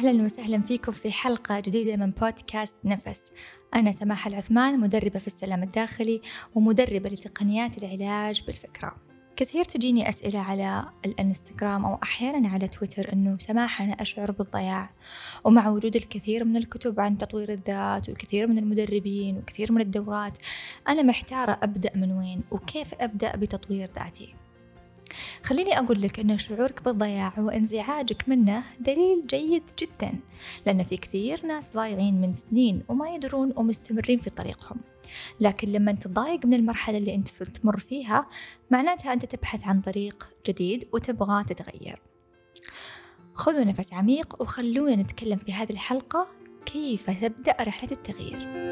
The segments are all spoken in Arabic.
أهلا وسهلا فيكم في حلقة جديدة من بودكاست نفس. أنا سماح العثمان، مدربة في السلام الداخلي ومدربة لتقنيات العلاج بالفكرة. كثير تجيني أسئلة على الانستغرام أو أحيانا على تويتر إنه سماح أنا أشعر بالضياع، ومع وجود الكثير من الكتب عن تطوير الذات والكثير من المدربين وكثير من الدورات، أنا محتارة أبدأ من وين وكيف أبدأ بتطوير ذاتي. خليني أقول لك أن شعورك بالضياع وانزعاجك منه دليل جيد جدا، لأن في كثير ناس ضايعين من سنين وما يدرون ومستمرين في طريقهم. لكن لما تضايق من المرحلة اللي أنت تمر فيها، معناتها أنت تبحث عن طريق جديد وتبغى تتغير. خذوا نفس عميق وخلونا نتكلم في هذه الحلقة كيف تبدأ رحلة التغيير.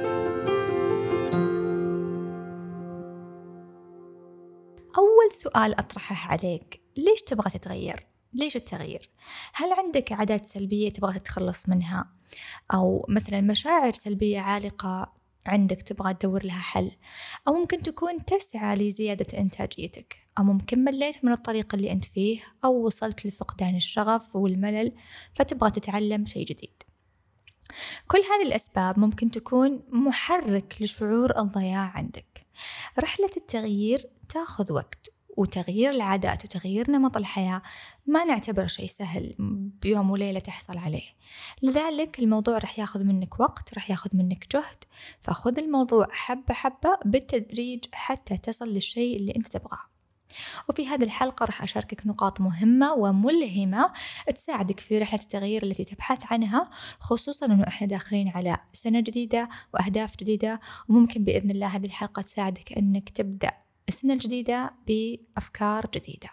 أول سؤال أطرحه عليك، ليش تبغى تتغير؟ ليش التغيير؟ هل عندك عادات سلبية تبغى تتخلص منها؟ أو مثلا مشاعر سلبية عالقة عندك تبغى تدور لها حل؟ أو ممكن تكون تسعى لزيادة إنتاجيتك؟ أو ممكن مليت من الطريق اللي أنت فيه، أو وصلت لفقدان الشغف والملل فتبغى تتعلم شيء جديد. كل هذه الأسباب ممكن تكون محرك لشعور الضياع عندك. رحلة التغيير تأخذ وقت، وتغيير العادات وتغيير نمط الحياة ما نعتبر شيء سهل بيوم وليلة تحصل عليه، لذلك الموضوع رح ياخذ منك وقت، رح ياخذ منك جهد، فخذ الموضوع حبة حبة بالتدريج حتى تصل للشيء اللي أنت تبغاه. وفي هذه الحلقة رح أشاركك نقاط مهمة وملهمة تساعدك في رحلة التغيير التي تبحث عنها، خصوصاً أنه إحنا داخلين على سنة جديدة وأهداف جديدة، وممكن بإذن الله هذه الحلقة تساعدك أنك تبدأ السنة الجديدة بأفكار جديدة.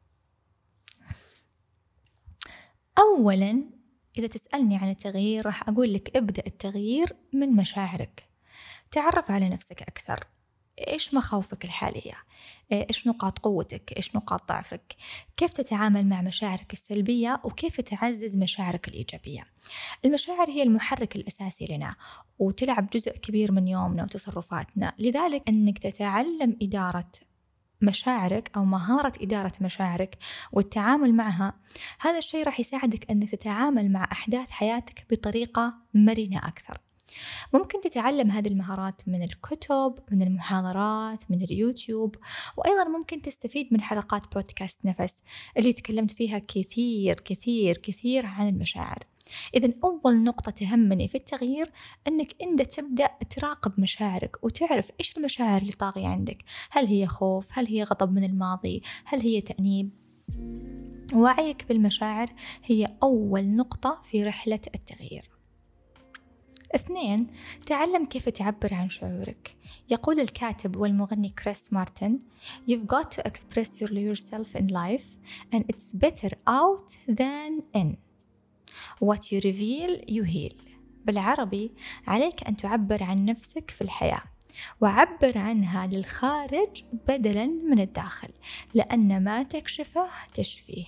أولاً، إذا تسألني عن التغيير راح أقول لك ابدأ التغيير من مشاعرك. تعرف على نفسك أكثر. إيش مخاوفك الحالية؟ إيش نقاط قوتك؟ إيش نقاط ضعفك؟ كيف تتعامل مع مشاعرك السلبية وكيف تعزز مشاعرك الإيجابية؟ المشاعر هي المحرك الأساسي لنا وتلعب جزء كبير من يومنا وتصرفاتنا، لذلك أنك تتعلم إدارة مشاعرك أو مهارة إدارة مشاعرك والتعامل معها، هذا الشيء راح يساعدك أنك تتعامل مع أحداث حياتك بطريقة مرنة أكثر. ممكن تتعلم هذه المهارات من الكتب، من المحاضرات، من اليوتيوب، وأيضا ممكن تستفيد من حلقات بودكاست نفس اللي تكلمت فيها كثير كثير كثير عن المشاعر. إذن أول نقطة تهمني في التغيير أنك أنت تبدأ تراقب مشاعرك وتعرف إيش المشاعر اللي طاغية عندك. هل هي خوف؟ هل هي غضب من الماضي؟ هل هي تأنيب؟ وعيك بالمشاعر هي أول نقطة في رحلة التغيير. 2. تعلم كيف تعبر عن شعورك. يقول الكاتب والمغني كريس مارتن: You've got to express yourself in life and it's better out than in. What you reveal you heal. بالعربي، عليك أن تعبر عن نفسك في الحياة وعبر عنها للخارج بدلاً من الداخل، لأن ما تكشفه تشفيه.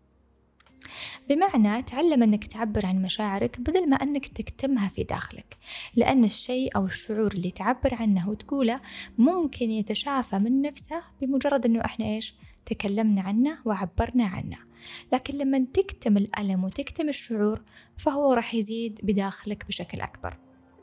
بمعنى تعلم أنك تعبر عن مشاعرك بدل ما أنك تكتمها في داخلك، لأن الشيء أو الشعور اللي تعبر عنه وتقوله ممكن يتشافى من نفسه بمجرد أنه إحنا تكلمنا عنه وعبرنا عنه. لكن لما تكتم الألم وتكتم الشعور فهو راح يزيد بداخلك بشكل أكبر.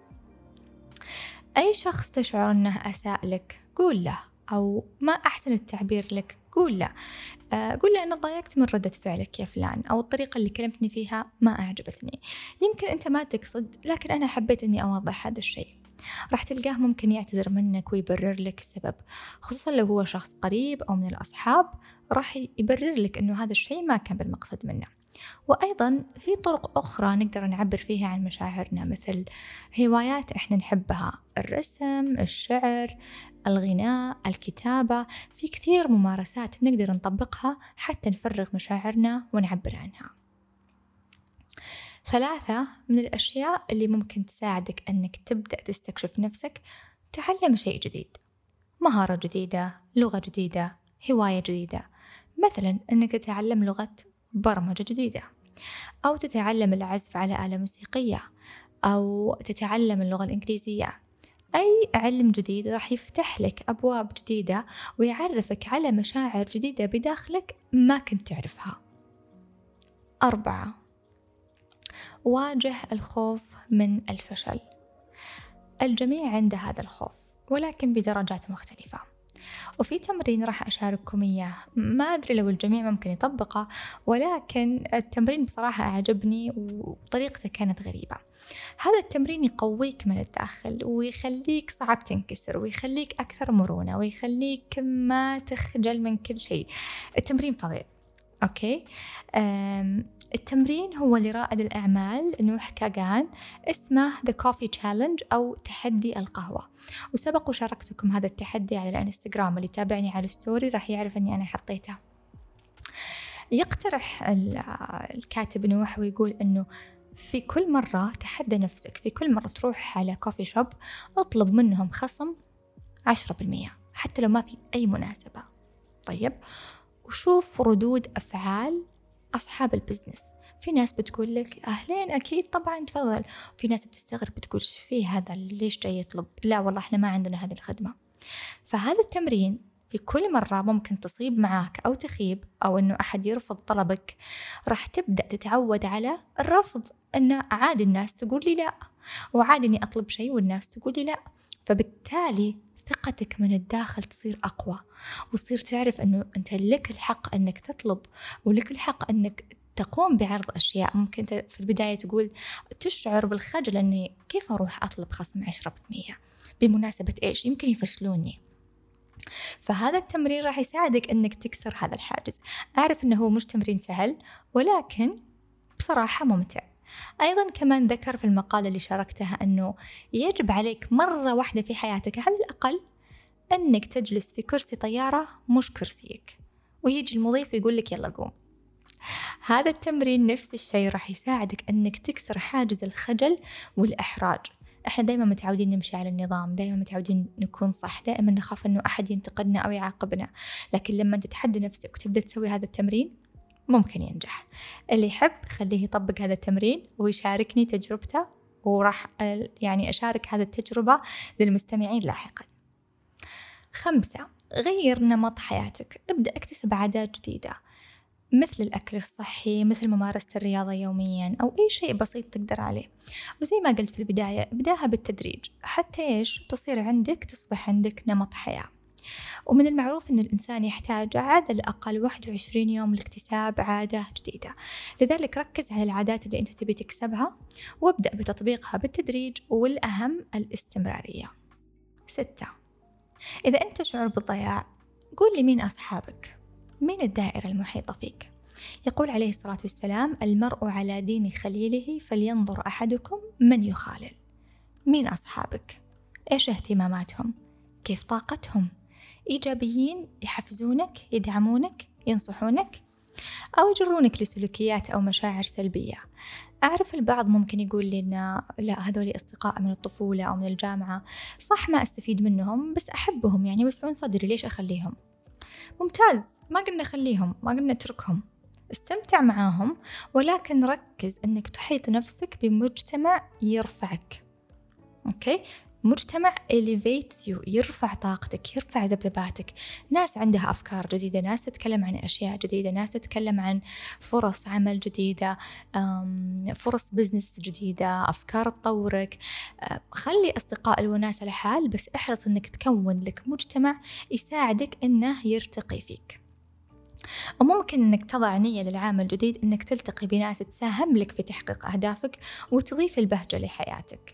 أي شخص تشعر أنه أساء لك قول له، أو ما أحسن التعبير لك قول له. قول له أنا ضايقت من ردة فعلك يا فلان، أو الطريقة اللي كلمتني فيها ما أعجبتني. يمكن أنت ما تقصد، لكن أنا حبيت أني أوضح هذا الشيء. راح تلقاه ممكن يعتذر منك ويبرر لك السبب، خصوصا لو هو شخص قريب أو من الأصحاب، راح يبرر لك أنه هذا الشيء ما كان بالمقصد منه. وأيضا في طرق أخرى نقدر نعبر فيها عن مشاعرنا، مثل هوايات إحنا نحبها، الرسم، الشعر، الغناء، الكتابة. في كثير ممارسات نقدر نطبقها حتى نفرغ مشاعرنا ونعبر عنها. 3. من الأشياء اللي ممكن تساعدك أنك تبدأ تستكشف نفسك، تعلم شيء جديد، مهارة جديدة، لغة جديدة، هواية جديدة. مثلا أنك تتعلم لغة برمجة جديدة، أو تتعلم العزف على آلة موسيقية، أو تتعلم اللغة الإنجليزية. أي علم جديد راح يفتح لك أبواب جديدة ويعرفك على مشاعر جديدة بداخلك ما كنت تعرفها. 4. واجه الخوف من الفشل. الجميع عنده هذا الخوف ولكن بدرجات مختلفة. وفي تمرين راح أشارككم إياه، ما أدري لو الجميع ممكن يطبقه، ولكن التمرين بصراحة أعجبني وطريقته كانت غريبة. هذا التمرين يقويك من الداخل ويخليك صعب تنكسر ويخليك أكثر مرونة ويخليك ما تخجل من كل شيء. التمرين فظيع. أوكي. التمرين هو لرائد الأعمال نوح كاغان، اسمه The Coffee Challenge أو تحدي القهوة، وسبق وشاركتكم هذا التحدي على الانستغرام، اللي تابعني على الستوري راح يعرف أني أنا حطيته. يقترح الكاتب نوح ويقول أنه في كل مرة تحدى نفسك، في كل مرة تروح على كوفي شوب اطلب منهم خصم 10% حتى لو ما في أي مناسبة. طيب، وشوف ردود أفعال أصحاب البزنس. في ناس بتقول لك أهلين أكيد طبعا تفضل، في ناس بتستغرب بتقول فيه هذا ليش جاي يطلب، لا والله إحنا ما عندنا هذه الخدمة. فهذا التمرين في كل مرة ممكن تصيب معاك أو تخيب أو إنه أحد يرفض طلبك، راح تبدأ تتعود على الرفض، إنه عادي الناس تقول لي لا، وعادي إني أطلب شيء والناس تقول لي لا. فبالتالي ثقتك من الداخل تصير أقوى، وتصير تعرف أنه أنت لك الحق أنك تطلب، ولك الحق أنك تقوم بعرض أشياء. ممكن في البداية تقول تشعر بالخجل أني كيف أروح أطلب خصم 10% بمناسبة إيش، يمكن يفشلوني. فهذا التمرين راح يساعدك أنك تكسر هذا الحاجز. أعرف أنه هو مش تمرين سهل ولكن بصراحة ممتع. أيضا كمان ذكر في المقالة اللي شاركتها أنه يجب عليك مرة واحدة في حياتك على الأقل أنك تجلس في كرسي طيارة مش كرسيك، ويجي المضيف ويقول لك يلا قوم. هذا التمرين نفس الشيء راح يساعدك أنك تكسر حاجز الخجل والإحراج. إحنا دايما متعودين نمشي على النظام، دايما متعودين نكون صح، دائما نخاف أنه أحد ينتقدنا أو يعاقبنا. لكن لما تتحدى نفسك وتبدأ تسوي هذا التمرين ممكن ينجح. اللي يحب خليه يطبق هذا التمرين ويشاركني تجربته، وراح يعني أشارك هذا التجربة للمستمعين لاحقا. 5. غير نمط حياتك. ابدأ اكتسب عادات جديدة مثل الأكل الصحي، مثل ممارسة الرياضة يوميا، أو أي شيء بسيط تقدر عليه. وزي ما قلت في البداية ابدأها بالتدريج حتى تصبح عندك نمط حياة. ومن المعروف أن الإنسان يحتاج على الأقل 21 يوم لاكتساب عادة جديدة، لذلك ركز على العادات اللي أنت تبي تكسبها وابدأ بتطبيقها بالتدريج، والأهم الاستمرارية. 6. إذا أنت تشعر بالضياع قول لي مين أصحابك، مين الدائرة المحيطة فيك. يقول عليه الصلاة والسلام المرء على دين خليله فلينظر أحدكم من يخالل. مين أصحابك؟ إيش اهتماماتهم؟ كيف طاقتهم؟ إيجابيين يحفزونك، يدعمونك، ينصحونك، أو يجرونك لسلوكيات أو مشاعر سلبية؟ أعرف البعض ممكن يقول لي إن لا هذول أصدقاء من الطفولة أو من الجامعة، صح ما أستفيد منهم بس أحبهم يعني يوسعون صدري، ليش أخليهم؟ ممتاز، ما قلنا خليهم، ما قلنا اتركهم، استمتع معاهم، ولكن ركز أنك تحيط نفسك بمجتمع يرفعك. أوكي؟ مجتمع elevates you، يرفع طاقتك، يرفع ذبذباتك، ناس عندها أفكار جديدة، ناس تتكلم عن أشياء جديدة، ناس تتكلم عن فرص عمل جديدة، فرص بزنس جديدة، أفكار تطورك. خلي أصدقاء الوناسة لحال، بس احرص أنك تكون لك مجتمع يساعدك أنه يرتقي فيك. وممكن أنك تضع نية للعام الجديد أنك تلتقي بناس تساهم لك في تحقيق أهدافك وتضيف البهجة لحياتك.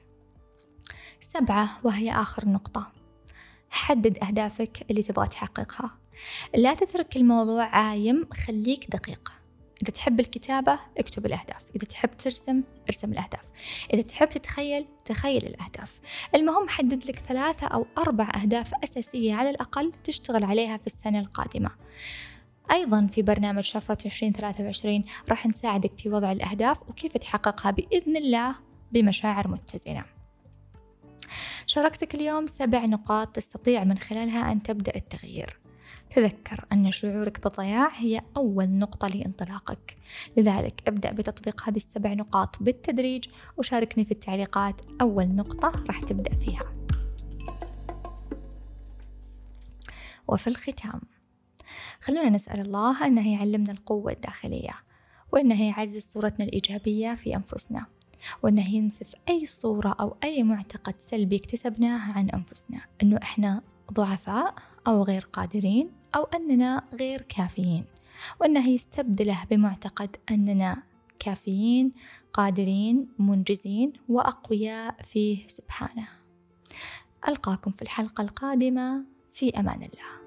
7، وهي آخر نقطة، حدد أهدافك اللي تبغى تحققها. لا تترك الموضوع عايم، خليك دقيق. إذا تحب الكتابة اكتب الأهداف، إذا تحب ترسم ارسم الأهداف، إذا تحب تخيل الأهداف. المهم حدد لك 3 أو 4 أهداف أساسية على الأقل تشتغل عليها في السنة القادمة. أيضا في برنامج شفرة 2023 راح نساعدك في وضع الأهداف وكيف تحققها بإذن الله بمشاعر متزنة. شاركتك اليوم 7 نقاط تستطيع من خلالها أن تبدأ التغيير. تذكر أن شعورك بالضياع هي أول نقطة لانطلاقك، لذلك ابدأ بتطبيق هذه 7 نقاط بالتدريج وشاركني في التعليقات أول نقطة راح تبدأ فيها. وفي الختام خلونا نسأل الله أنه يعلمنا القوة الداخلية، وأنه يعزز صورتنا الإيجابية في أنفسنا، وأنه ينسف أي صورة أو أي معتقد سلبي اكتسبناه عن أنفسنا، أنه إحنا ضعفاء أو غير قادرين أو أننا غير كافيين، وأنه يستبدله بمعتقد أننا كافيين، قادرين، منجزين وأقوياء فيه سبحانه. ألقاكم في الحلقة القادمة، في أمان الله.